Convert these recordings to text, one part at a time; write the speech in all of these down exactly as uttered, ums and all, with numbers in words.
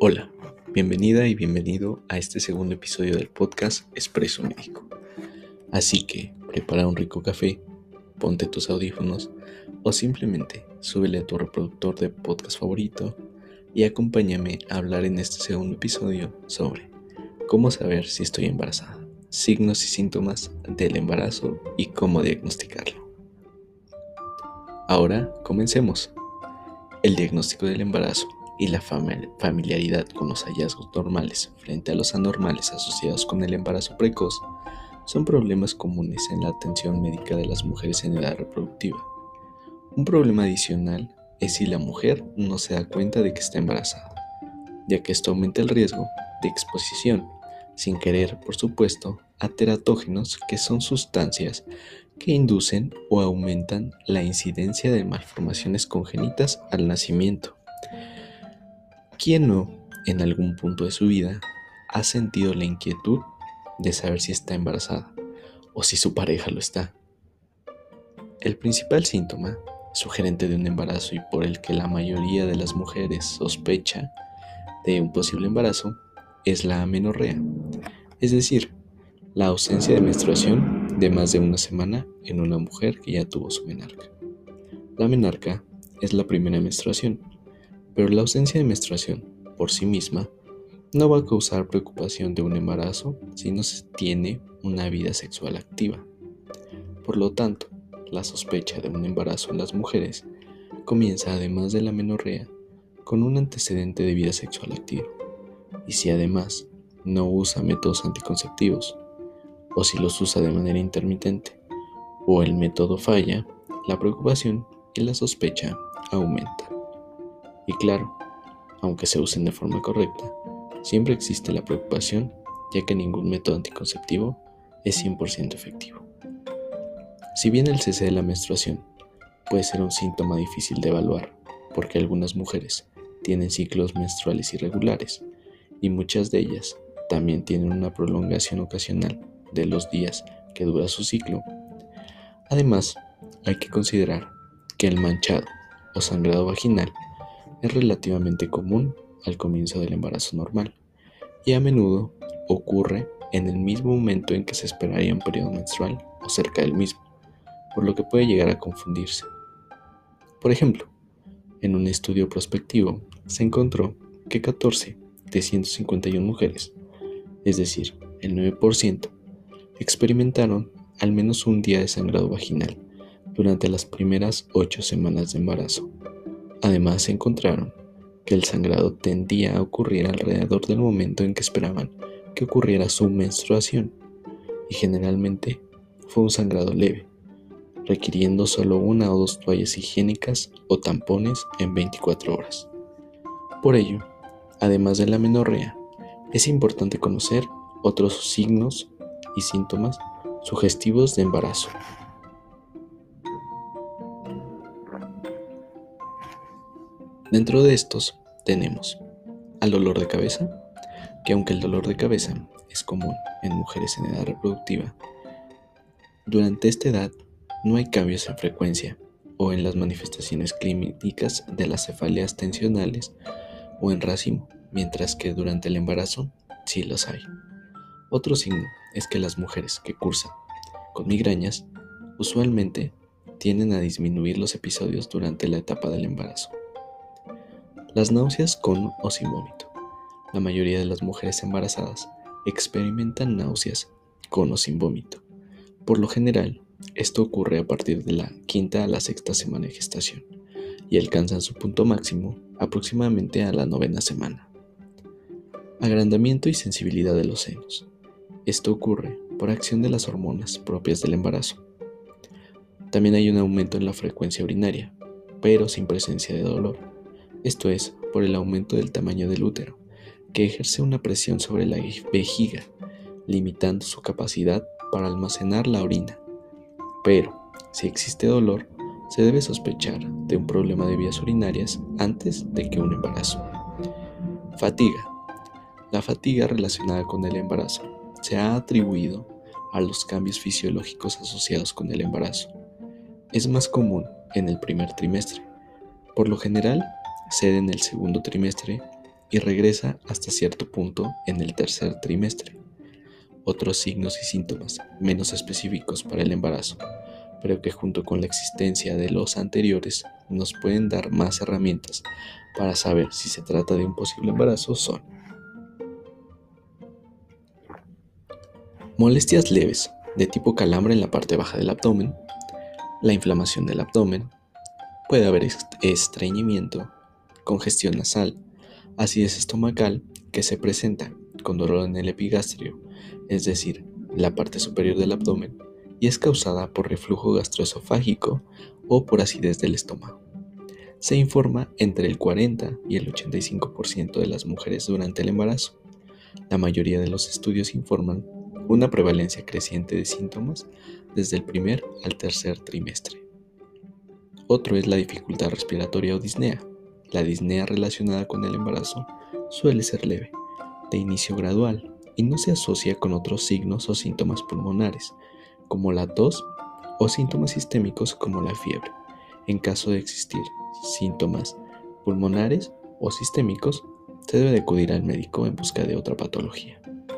Hola, bienvenida y bienvenido a este segundo episodio del podcast Expreso Médico. Así que prepara un rico café, ponte tus audífonos o simplemente súbele a tu reproductor de podcast favorito y acompáñame a hablar en este segundo episodio sobre cómo saber si estoy embarazada, signos y síntomas del embarazo y cómo diagnosticarlo. Ahora comencemos. El diagnóstico del embarazo y la familiaridad con los hallazgos normales frente a los anormales asociados con el embarazo precoz son problemas comunes en la atención médica de las mujeres en edad reproductiva. Un problema adicional es si la mujer no se da cuenta de que está embarazada, ya que esto aumenta el riesgo de exposición, sin querer, por supuesto, a teratógenos, que son sustancias que inducen o aumentan la incidencia de malformaciones congénitas al nacimiento. ¿Quién no, en algún punto de su vida, ha sentido la inquietud de saber si está embarazada o si su pareja lo está? El principal síntoma sugerente de un embarazo y por el que la mayoría de las mujeres sospecha de un posible embarazo es la amenorrea, es decir, la ausencia de menstruación de más de una semana en una mujer que ya tuvo su menarca. La menarca es la primera menstruación, pero la ausencia de menstruación por sí misma no va a causar preocupación de un embarazo si no se tiene una vida sexual activa. Por lo tanto, la sospecha de un embarazo en las mujeres comienza, además de la amenorrea, con un antecedente de vida sexual activa. Y si además no usa métodos anticonceptivos, o si los usa de manera intermitente, o el método falla, la preocupación y la sospecha aumenta. Y claro, aunque se usen de forma correcta, siempre existe la preocupación, ya que ningún método anticonceptivo es cien por ciento efectivo. Si bien el cese de la menstruación puede ser un síntoma difícil de evaluar, porque algunas mujeres tienen ciclos menstruales irregulares y muchas de ellas también tienen una prolongación ocasional de los días que dura su ciclo, además hay que considerar que el manchado o sangrado vaginal es relativamente común al comienzo del embarazo normal y a menudo ocurre en el mismo momento en que se esperaría un periodo menstrual o cerca del mismo, por lo que puede llegar a confundirse. Por ejemplo, en un estudio prospectivo se encontró que catorce de ciento cincuenta y una mujeres, es decir, el nueve por ciento, experimentaron al menos un día de sangrado vaginal durante las primeras ocho semanas de embarazo. Además, se encontraron que el sangrado tendía a ocurrir alrededor del momento en que esperaban que ocurriera su menstruación, y generalmente fue un sangrado leve, requiriendo solo una o dos toallas higiénicas o tampones en veinticuatro horas. Por ello, además de la amenorrea, es importante conocer otros signos y síntomas sugestivos de embarazo. Dentro de estos tenemos al dolor de cabeza, que aunque el dolor de cabeza es común en mujeres en edad reproductiva, durante esta edad no hay cambios en frecuencia o en las manifestaciones clínicas de las cefaleas tensionales o en racimo, mientras que durante el embarazo sí los hay. Otro signo es que las mujeres que cursan con migrañas usualmente tienden a disminuir los episodios durante la etapa del embarazo. Las náuseas con o sin vómito. La mayoría de las mujeres embarazadas experimentan náuseas con o sin vómito. Por lo general, esto ocurre a partir de la quinta a la sexta semana de gestación y alcanzan su punto máximo aproximadamente a la novena semana. Agrandamiento y sensibilidad de los senos. Esto ocurre por acción de las hormonas propias del embarazo. También hay un aumento en la frecuencia urinaria, pero sin presencia de dolor. Esto es por el aumento del tamaño del útero, que ejerce una presión sobre la vejiga, limitando su capacidad para almacenar la orina. Pero, si existe dolor, se debe sospechar de un problema de vías urinarias antes de que un embarazo. Fatiga. La fatiga relacionada con el embarazo se ha atribuido a los cambios fisiológicos asociados con el embarazo. Es más común en el primer trimestre. Por lo general, cede en el segundo trimestre y regresa hasta cierto punto en el tercer trimestre. Otros signos y síntomas menos específicos para el embarazo, pero que junto con la existencia de los anteriores nos pueden dar más herramientas para saber si se trata de un posible embarazo son: molestias leves de tipo calambre en la parte baja del abdomen, la inflamación del abdomen, puede haber estreñimiento, congestión nasal, acidez estomacal que se presenta con dolor en el epigastrio, es decir, la parte superior del abdomen, y es causada por reflujo gastroesofágico o por acidez del estómago. Se informa entre el cuarenta y el ochenta y cinco por ciento de las mujeres durante el embarazo. La mayoría de los estudios informan una prevalencia creciente de síntomas desde el primer al tercer trimestre. Otro es la dificultad respiratoria o disnea. La disnea relacionada con el embarazo suele ser leve, de inicio gradual, y no se asocia con otros signos o síntomas pulmonares, como la tos o síntomas sistémicos como la fiebre. En caso de existir síntomas pulmonares o sistémicos, se debe de acudir al médico en busca de otra patología.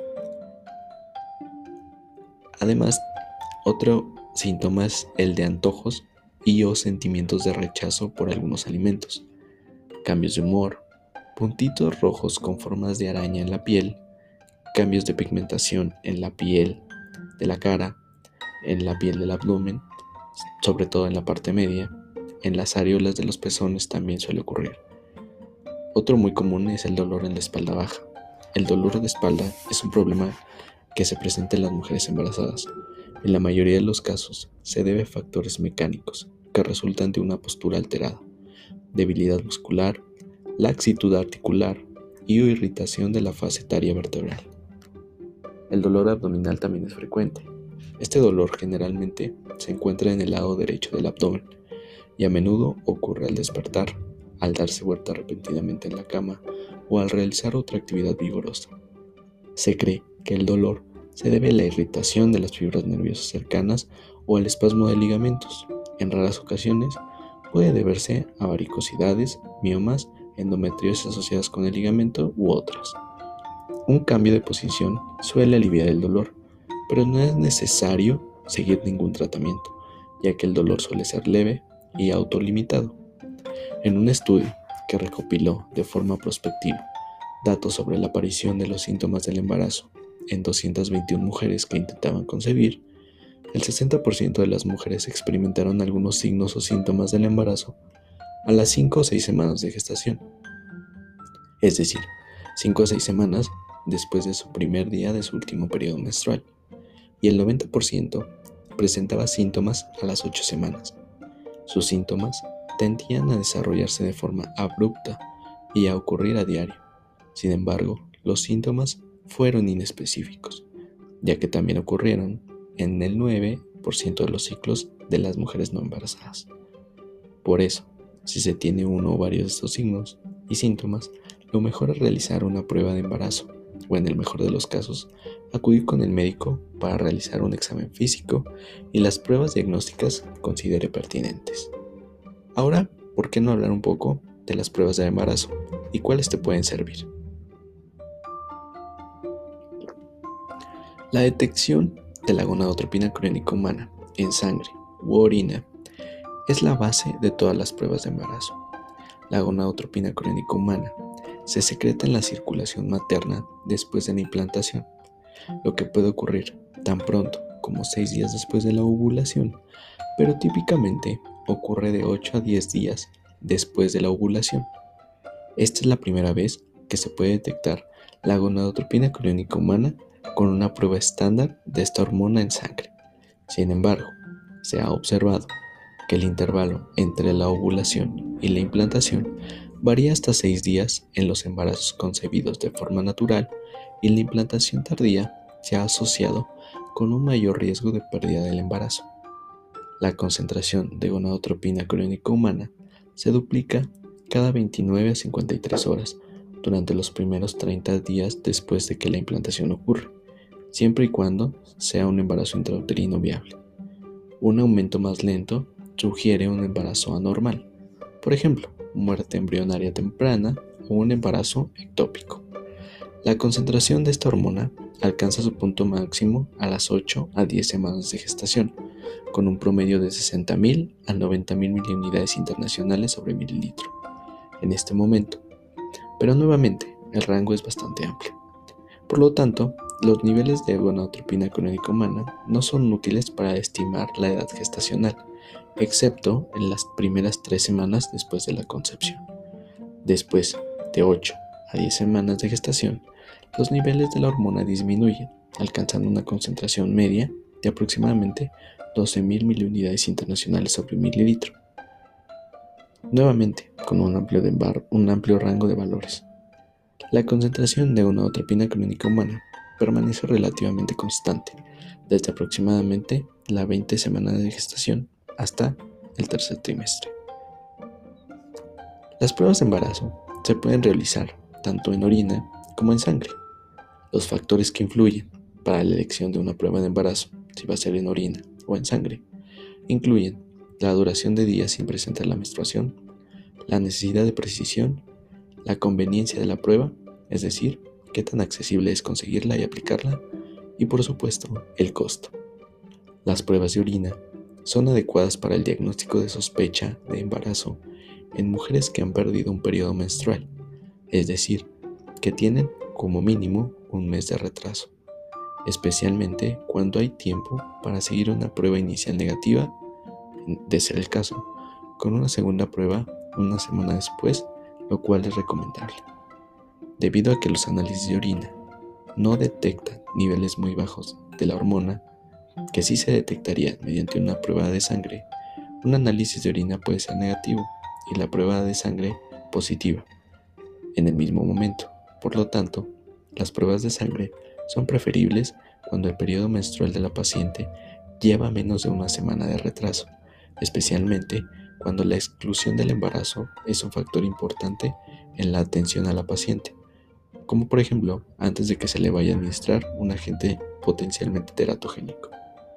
Además, otro síntoma es el de antojos y o sentimientos de rechazo por algunos alimentos, cambios de humor, puntitos rojos con formas de araña en la piel, cambios de pigmentación en la piel de la cara, en la piel del abdomen, sobre todo en la parte media, en las areolas de los pezones también suele ocurrir. Otro muy común es el dolor en la espalda baja. El dolor de espalda es un problema que se presenta en las mujeres embarazadas. En la mayoría de los casos se debe a factores mecánicos que resultan de una postura alterada, debilidad muscular, laxitud articular y o irritación de la facetaria vertebral. El dolor abdominal también es frecuente. Este dolor generalmente se encuentra en el lado derecho del abdomen y a menudo ocurre al despertar, al darse vuelta repentinamente en la cama o al realizar otra actividad vigorosa. Se cree que el dolor se debe a la irritación de las fibras nerviosas cercanas o al espasmo de ligamentos. En raras ocasiones puede deberse a varicosidades, miomas, endometriosis asociadas con el ligamento u otras. Un cambio de posición suele aliviar el dolor, pero no es necesario seguir ningún tratamiento, ya que el dolor suele ser leve y autolimitado. En un estudio que recopiló de forma prospectiva datos sobre la aparición de los síntomas del embarazo en doscientas veintiuna mujeres que intentaban concebir, el sesenta por ciento de las mujeres experimentaron algunos signos o síntomas del embarazo a las cinco o seis semanas de gestación, es decir, cinco o seis semanas después de su primer día de su último periodo menstrual, y el noventa por ciento presentaba síntomas a las ocho semanas. Sus síntomas tendían a desarrollarse de forma abrupta y a ocurrir a diario. Sin embargo, los síntomas fueron inespecíficos, ya que también ocurrieron en el nueve por ciento de los ciclos de las mujeres no embarazadas. Por eso, si se tiene uno o varios de estos signos y síntomas, lo mejor es realizar una prueba de embarazo o, en el mejor de los casos, acudir con el médico para realizar un examen físico y las pruebas diagnósticas que considere pertinentes. Ahora, ¿por qué no hablar un poco de las pruebas de embarazo y cuáles te pueden servir? La detección de la gonadotropina coriónica humana en sangre u orina es la base de todas las pruebas de embarazo. La gonadotropina coriónica humana se secreta en la circulación materna después de la implantación, lo que puede ocurrir tan pronto como seis días después de la ovulación, pero típicamente ocurre de ocho a diez días después de la ovulación. Esta es la primera vez que se puede detectar la gonadotropina coriónica humana con una prueba estándar de esta hormona en sangre. Sin embargo, se ha observado que el intervalo entre la ovulación y la implantación varía hasta seis días en los embarazos concebidos de forma natural, y la implantación tardía se ha asociado con un mayor riesgo de pérdida del embarazo. La concentración de gonadotropina coriónica humana se duplica cada veintinueve a cincuenta y tres horas durante los primeros treinta días después de que la implantación ocurre, siempre y cuando sea un embarazo intrauterino viable. Un aumento más lento sugiere un embarazo anormal, por ejemplo, muerte embrionaria temprana o un embarazo ectópico. La concentración de esta hormona alcanza su punto máximo a las ocho a diez semanas de gestación, con un promedio de sesenta mil a noventa mil miliunidades internacionales sobre mililitro en este momento. Pero nuevamente, el rango es bastante amplio. Por lo tanto, los niveles de gonadotropina clónica humana no son útiles para estimar la edad gestacional, excepto en las primeras tres semanas después de la concepción. Después de ocho a diez semanas de gestación, los niveles de la hormona disminuyen, alcanzando una concentración media de aproximadamente doce mil miliunidades internacionales sobre mililitro. Nuevamente, con un amplio, de bar, un amplio rango de valores. La concentración de gonadotropina clónica humana permanece relativamente constante desde aproximadamente la veinte semanas de gestación hasta el tercer trimestre. Las pruebas de embarazo se pueden realizar tanto en orina como en sangre. Los factores que influyen para la elección de una prueba de embarazo, si va a ser en orina o en sangre, incluyen la duración de días sin presentar la menstruación, la necesidad de precisión, la conveniencia de la prueba, es decir, qué tan accesible es conseguirla y aplicarla, y por supuesto, el costo. Las pruebas de orina son adecuadas para el diagnóstico de sospecha de embarazo en mujeres que han perdido un periodo menstrual, es decir, que tienen como mínimo un mes de retraso, especialmente cuando hay tiempo para seguir una prueba inicial negativa, de ser el caso, con una segunda prueba una semana después, lo cual es recomendable. Debido a que los análisis de orina no detectan niveles muy bajos de la hormona, que sí se detectaría mediante una prueba de sangre, un análisis de orina puede ser negativo y la prueba de sangre positiva en el mismo momento. Por lo tanto, las pruebas de sangre son preferibles cuando el periodo menstrual de la paciente lleva menos de una semana de retraso, especialmente cuando la exclusión del embarazo es un factor importante en la atención a la paciente, como por ejemplo antes de que se le vaya a administrar un agente potencialmente teratogénico.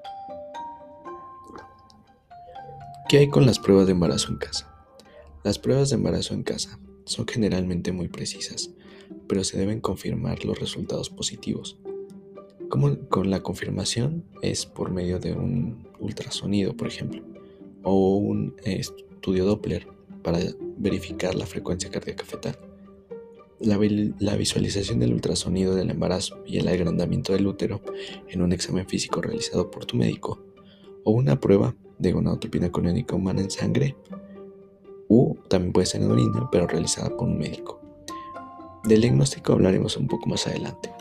¿Qué hay con las pruebas de embarazo en casa? Las pruebas de embarazo en casa son generalmente muy precisas, pero se deben confirmar los resultados positivos. Como con la confirmación es por medio de un ultrasonido, por ejemplo, o un estudio Doppler para verificar la frecuencia cardíaca fetal. La, la visualización del ultrasonido del embarazo y el agrandamiento del útero en un examen físico realizado por tu médico, o una prueba de gonadotropina clónica humana en sangre, u también puede ser en orina, pero realizada por un médico. Del diagnóstico hablaremos un poco más adelante.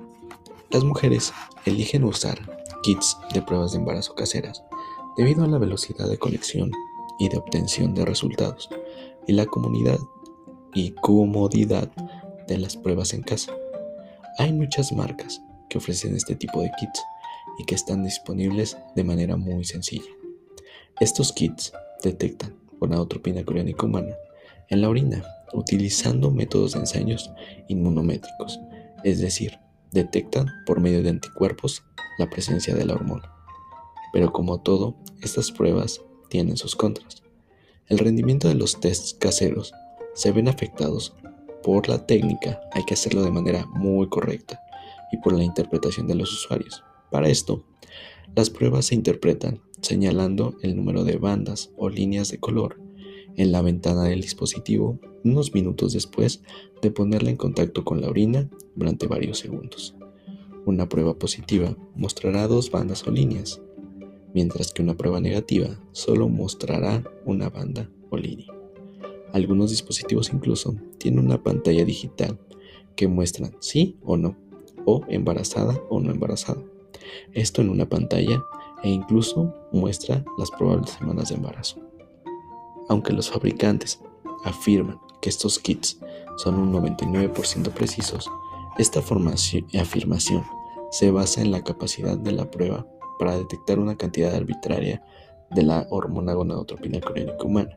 Las mujeres eligen usar kits de pruebas de embarazo caseras debido a la velocidad de colección y de obtención de resultados y la comunidad y comodidad de las pruebas en casa. Hay muchas marcas que ofrecen este tipo de kits y que están disponibles de manera muy sencilla. Estos kits detectan gonadotropina clónica humana en la orina utilizando métodos de ensayos inmunométricos, es decir, detectan por medio de anticuerpos la presencia de la hormona. Pero como todo, estas pruebas tienen sus contras. El rendimiento de los tests caseros se ven afectados por la técnica, hay que hacerlo de manera muy correcta, y por la interpretación de los usuarios. Para esto, las pruebas se interpretan señalando el número de bandas o líneas de color en la ventana del dispositivo unos minutos después de ponerla en contacto con la orina durante varios segundos. Una prueba positiva mostrará dos bandas o líneas, mientras que una prueba negativa solo mostrará una banda o línea. Algunos dispositivos incluso tienen una pantalla digital que muestran sí o no, o embarazada o no embarazada. Esto en una pantalla e incluso muestra las probables semanas de embarazo. Aunque los fabricantes afirman que estos kits son un noventa y nueve por ciento precisos, esta afirmación se basa en la capacidad de la prueba para detectar una cantidad arbitraria de la hormona gonadotropina clónica humana.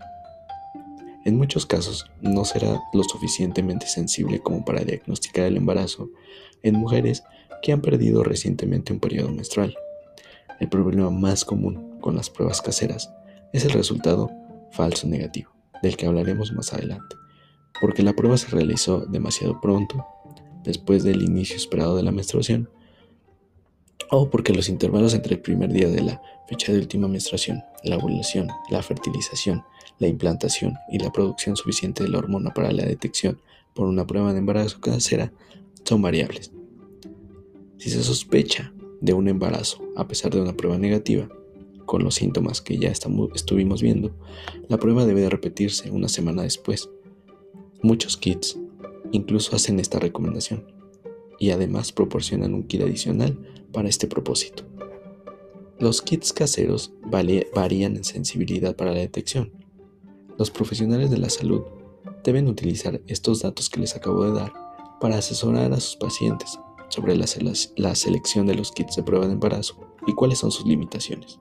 En muchos casos no será lo suficientemente sensible como para diagnosticar el embarazo en mujeres que han perdido recientemente un periodo menstrual. El problema más común con las pruebas caseras es el resultado falso negativo, del que hablaremos más adelante, porque la prueba se realizó demasiado pronto, después del inicio esperado de la menstruación, o porque los intervalos entre el primer día de la fecha de última menstruación, la ovulación, la fertilización, la implantación y la producción suficiente de la hormona para la detección por una prueba de embarazo casera son variables. Si se sospecha de un embarazo a pesar de una prueba negativa, con los síntomas que ya estamos, estuvimos viendo, la prueba debe de repetirse una semana después. Muchos kits incluso hacen esta recomendación y además proporcionan un kit adicional para este propósito. Los kits caseros varían en sensibilidad para la detección. Los profesionales de la salud deben utilizar estos datos que les acabo de dar para asesorar a sus pacientes sobre la, la selección de los kits de prueba de embarazo y cuáles son sus limitaciones.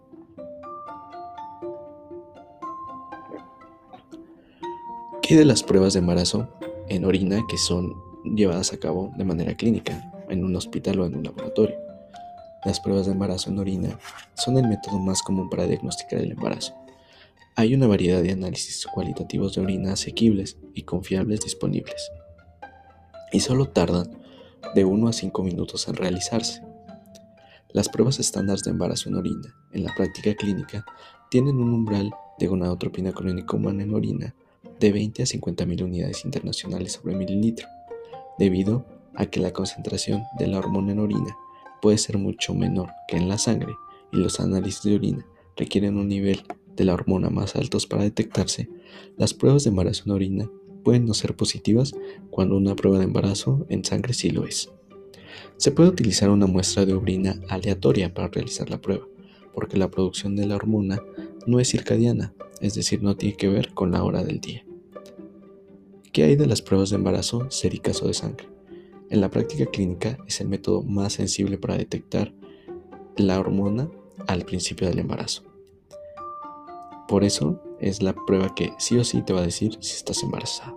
¿Qué de las pruebas de embarazo en orina que son llevadas a cabo de manera clínica, en un hospital o en un laboratorio? Las pruebas de embarazo en orina son el método más común para diagnosticar el embarazo. Hay una variedad de análisis cualitativos de orina asequibles y confiables disponibles, y solo tardan de uno a cinco minutos en realizarse. Las pruebas estándar de embarazo en orina, en la práctica clínica, tienen un umbral de gonadotropina crónica humana en orina de veinte a cincuenta mil unidades internacionales sobre mililitro, debido a que la concentración de la hormona en orina puede ser mucho menor que en la sangre y los análisis de orina requieren un nivel de la hormona más altos para detectarse. Las pruebas de embarazo en orina pueden no ser positivas cuando una prueba de embarazo en sangre sí lo es. Se puede utilizar una muestra de orina aleatoria para realizar la prueba, porque la producción de la hormona no es circadiana, es decir, no tiene que ver con la hora del día. ¿Qué hay de las pruebas de embarazo séricas o de sangre? En la práctica clínica es el método más sensible para detectar la hormona al principio del embarazo. Por eso es la prueba que sí o sí te va a decir si estás embarazada.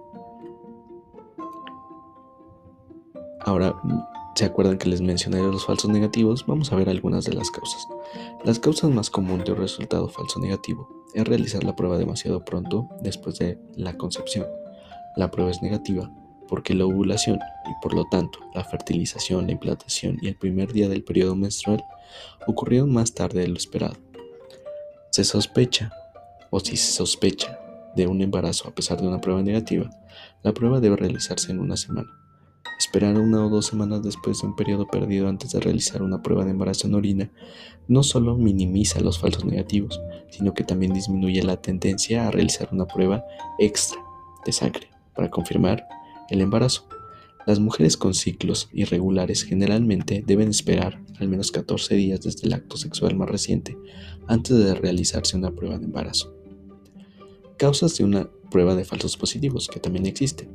Ahora, ¿se acuerdan que les mencioné los falsos negativos? Vamos a ver algunas de las causas. Las causas más comunes de un resultado falso negativo es realizar la prueba demasiado pronto después de la concepción. La prueba es negativa porque la ovulación y por lo tanto la fertilización, la implantación y el primer día del periodo menstrual ocurrieron más tarde de lo esperado. Se sospecha, o si se sospecha, de un embarazo a pesar de una prueba negativa, la prueba debe realizarse en una semana. Esperar una o dos semanas después de un periodo perdido antes de realizar una prueba de embarazo en orina no solo minimiza los falsos negativos, sino que también disminuye la tendencia a realizar una prueba extra de sangre para confirmar el embarazo. Las mujeres con ciclos irregulares generalmente deben esperar al menos catorce días desde el acto sexual más reciente antes de realizarse una prueba de embarazo. Causas de una prueba de falsos positivos, que también existen.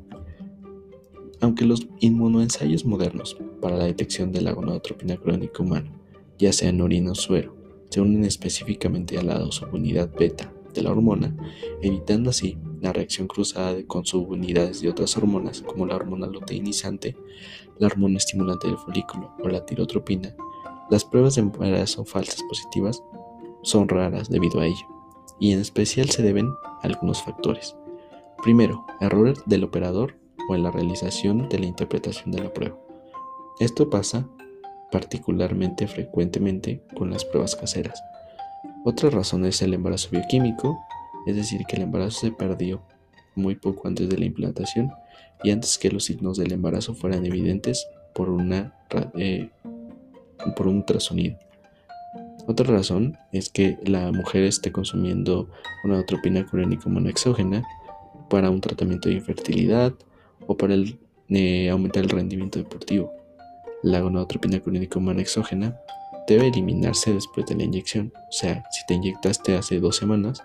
Aunque los inmunoensayos modernos para la detección de la gonadotropina crónica humana, ya sea en orina o suero, se unen específicamente a la subunidad beta de la hormona, evitando así la reacción cruzada con subunidades de otras hormonas como la hormona luteinizante, la hormona estimulante del folículo o la tirotropina, las pruebas de embarazo falsas positivas son raras debido a ello, y en especial se deben a algunos factores. Primero, error del operador o en la realización de la interpretación de la prueba. Esto pasa particularmente frecuentemente con las pruebas caseras. Otra razón es el embarazo bioquímico, es decir, que el embarazo se perdió muy poco antes de la implantación y antes que los signos del embarazo fueran evidentes por, una, eh, por un ultrasonido. Otra razón es que la mujer esté consumiendo una gonadotropina crónica humana exógena para un tratamiento de infertilidad o para el, eh, aumentar el rendimiento deportivo. La gonadotropina crónica humana exógena debe eliminarse después de la inyección. O sea, si te inyectaste hace dos semanas,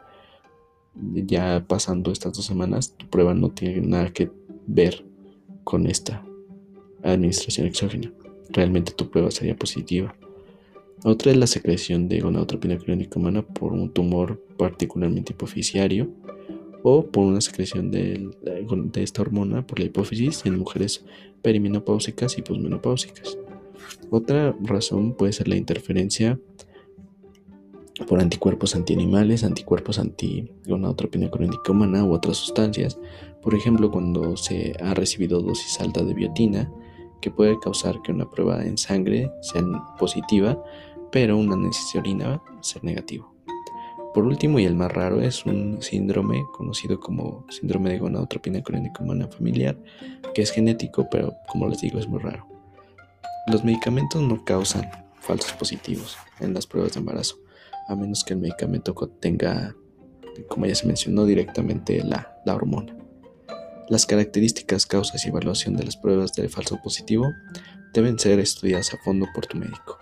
ya pasando estas dos semanas, tu prueba no tiene nada que ver con esta administración exógena. Realmente tu prueba sería positiva. Otra es la secreción de gonadotropina crónica humana por un tumor particularmente hipoficiario o por una secreción de, de esta hormona por la hipófisis en mujeres perimenopáusicas y posmenopáusicas. Otra razón puede ser la interferencia por anticuerpos antianimales, anticuerpos anti-gonadotropina coriónica humana u otras sustancias. Por ejemplo, cuando se ha recibido dosis alta de biotina, que puede causar que una prueba en sangre sea positiva, pero un análisis de orina sea negativo. Por último, y el más raro, es un síndrome conocido como síndrome de gonadotropina coriónica humana familiar, que es genético, pero como les digo, es muy raro. Los medicamentos no causan falsos positivos en las pruebas de embarazo, a menos que el medicamento contenga, como ya se mencionó, directamente la, la hormona. Las características, causas y evaluación de las pruebas de falso positivo deben ser estudiadas a fondo por tu médico.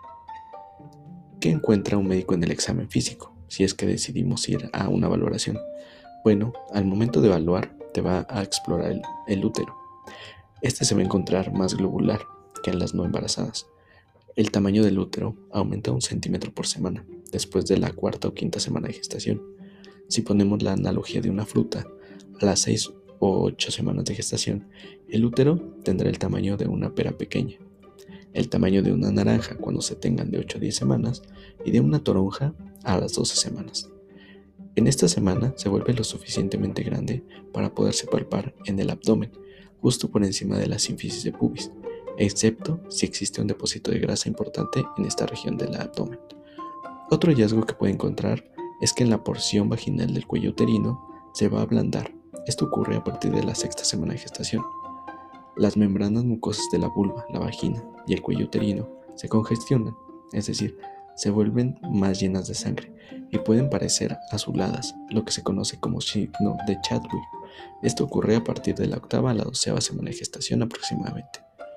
¿Qué encuentra un médico en el examen físico, si es que decidimos ir a una valoración? Bueno, al momento de evaluar, te va a explorar el, el útero. Este se va a encontrar más globular que en las no embarazadas. El tamaño del útero aumenta un centímetro por semana, después de la cuarta o quinta semana de gestación. Si ponemos la analogía de una fruta, a las seis o ocho semanas de gestación, el útero tendrá el tamaño de una pera pequeña, el tamaño de una naranja cuando se tengan de ocho a diez semanas y de una toronja a las doce semanas. En esta semana se vuelve lo suficientemente grande para poderse palpar en el abdomen, justo por encima de la sínfisis de pubis, excepto si existe un depósito de grasa importante en esta región del abdomen. Otro hallazgo que puede encontrar es que en la porción vaginal del cuello uterino se va a ablandar. Esto ocurre a partir de la sexta semana de gestación. Las membranas mucosas de la vulva, la vagina y el cuello uterino se congestionan, es decir, se vuelven más llenas de sangre y pueden parecer azuladas, lo que se conoce como signo de Chadwick. Esto ocurre a partir de la octava a la doceava semana de gestación aproximadamente.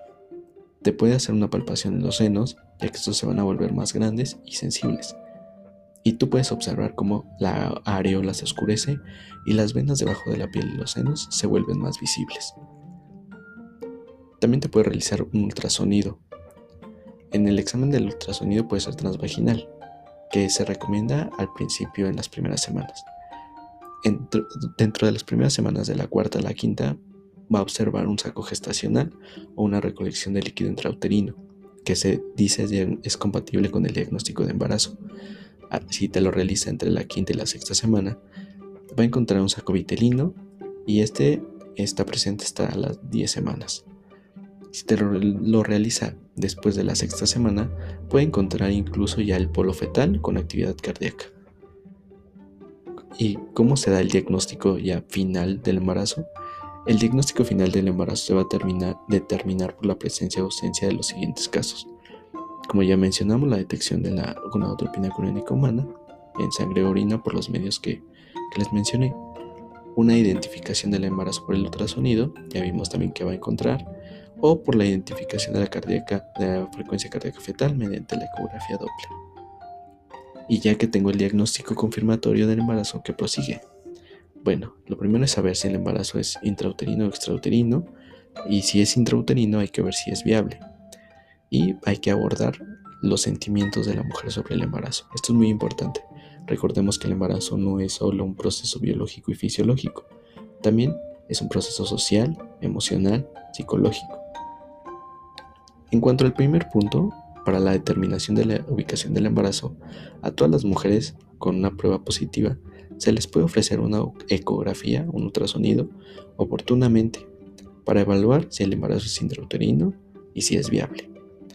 Te puede hacer una palpación en los senos, ya que estos se van a volver más grandes y sensibles. Y tú puedes observar cómo la areola se oscurece y las venas debajo de la piel y los senos se vuelven más visibles. También te puede realizar un ultrasonido. En el examen del ultrasonido puede ser transvaginal, que se recomienda al principio en las primeras semanas. Entro, dentro de las primeras semanas de la cuarta a la quinta va a observar un saco gestacional o una recolección de líquido intrauterino, que se dice es compatible con el diagnóstico de embarazo. Si te lo realiza entre la quinta y la sexta semana, va a encontrar un saco vitelino y este está presente hasta las diez semanas. Si te lo, lo realiza después de la sexta semana, puede encontrar incluso ya el polo fetal con actividad cardíaca. ¿Y cómo se da el diagnóstico ya final del embarazo? El diagnóstico final del embarazo se va a terminar, determinar por la presencia o ausencia de los siguientes casos. Como ya mencionamos, la detección de la gonadotropina coriónica humana en sangre o orina por los medios que, que les mencioné. Una identificación del embarazo por el ultrasonido, ya vimos también que va a encontrar, o por la identificación de la, cardíaca, de la frecuencia cardíaca fetal mediante la ecografía Doppler. Y ya que tengo el diagnóstico confirmatorio del embarazo, ¿qué prosigue? Bueno, lo primero es saber si el embarazo es intrauterino o extrauterino, y si es intrauterino hay que ver si es viable. Y hay que abordar los sentimientos de la mujer sobre el embarazo. Esto es muy importante. Recordemos que el embarazo no es solo un proceso biológico y fisiológico, también es un proceso social, emocional, psicológico. En cuanto al primer punto, para la determinación de la ubicación del embarazo, a todas las mujeres con una prueba positiva se les puede ofrecer una ecografía, un ultrasonido, oportunamente, para evaluar si el embarazo es intrauterino y si es viable.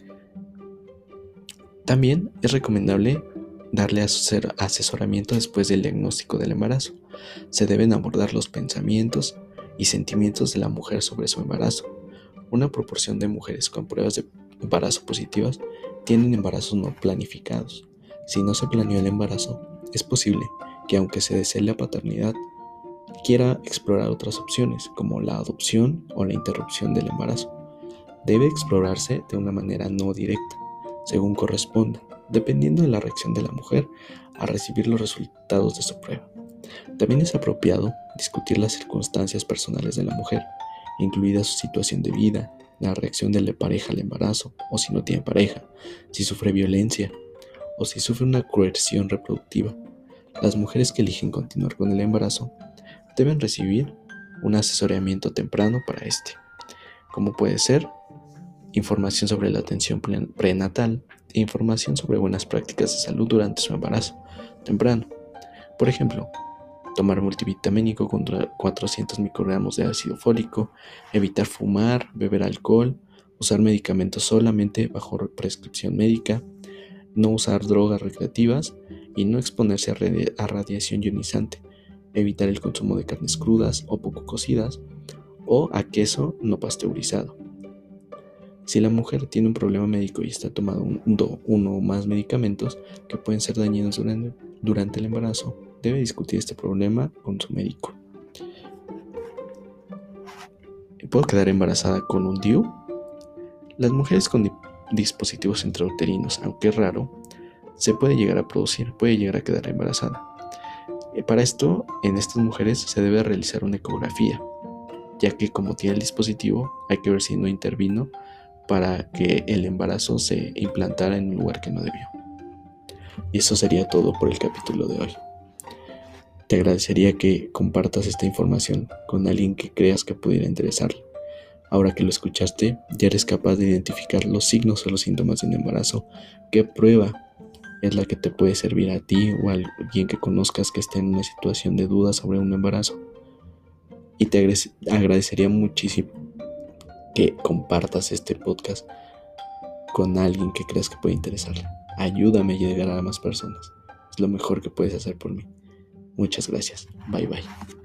También es recomendable darle asesoramiento después del diagnóstico del embarazo. Se deben abordar los pensamientos y sentimientos de la mujer sobre su embarazo. Una proporción de mujeres con pruebas de embarazo positivas tienen embarazos no planificados. Si no se planeó el embarazo, es posible que aunque se desee la paternidad, quiera explorar otras opciones como la adopción o la interrupción del embarazo. Debe explorarse de una manera no directa, según corresponda, dependiendo de la reacción de la mujer a recibir los resultados de su prueba. También es apropiado discutir las circunstancias personales de la mujer, incluida su situación de vida, la reacción de la pareja al embarazo, o si no tiene pareja, si sufre violencia, o si sufre una coerción reproductiva. Las mujeres que eligen continuar con el embarazo deben recibir un asesoramiento temprano para este, como puede ser información sobre la atención prenatal, información sobre buenas prácticas de salud durante su embarazo temprano. Por ejemplo, tomar multivitamínico con cuatrocientos microgramos de ácido fólico, evitar fumar, beber alcohol, usar medicamentos solamente bajo prescripción médica, no usar drogas recreativas y no exponerse a, radi- a radiación ionizante, evitar el consumo de carnes crudas o poco cocidas o a queso no pasteurizado. Si la mujer tiene un problema médico y está tomando un, do, uno o más medicamentos que pueden ser dañinos durante, durante el embarazo, debe discutir este problema con su médico. ¿Puedo quedar embarazada con un D I U? Las mujeres con di- dispositivos intrauterinos, aunque es raro, se puede llegar a producir, puede llegar a quedar embarazada. Eh, Para esto, en estas mujeres se debe realizar una ecografía, ya que como tiene el dispositivo, hay que ver si no intervino para que el embarazo se implantara en un lugar que no debió. Y eso sería todo por el capítulo de hoy. Te agradecería que compartas esta información con alguien que creas que pudiera interesarle. Ahora que lo escuchaste, ya eres capaz de identificar los signos o los síntomas de un embarazo. ¿Qué prueba es la que te puede servir a ti o a alguien que conozcas que esté en una situación de duda sobre un embarazo? Y te agradecería muchísimo que compartas este podcast con alguien que creas que puede interesarle. Ayúdame a llegar a más personas. Es lo mejor que puedes hacer por mí. Muchas gracias. Bye bye.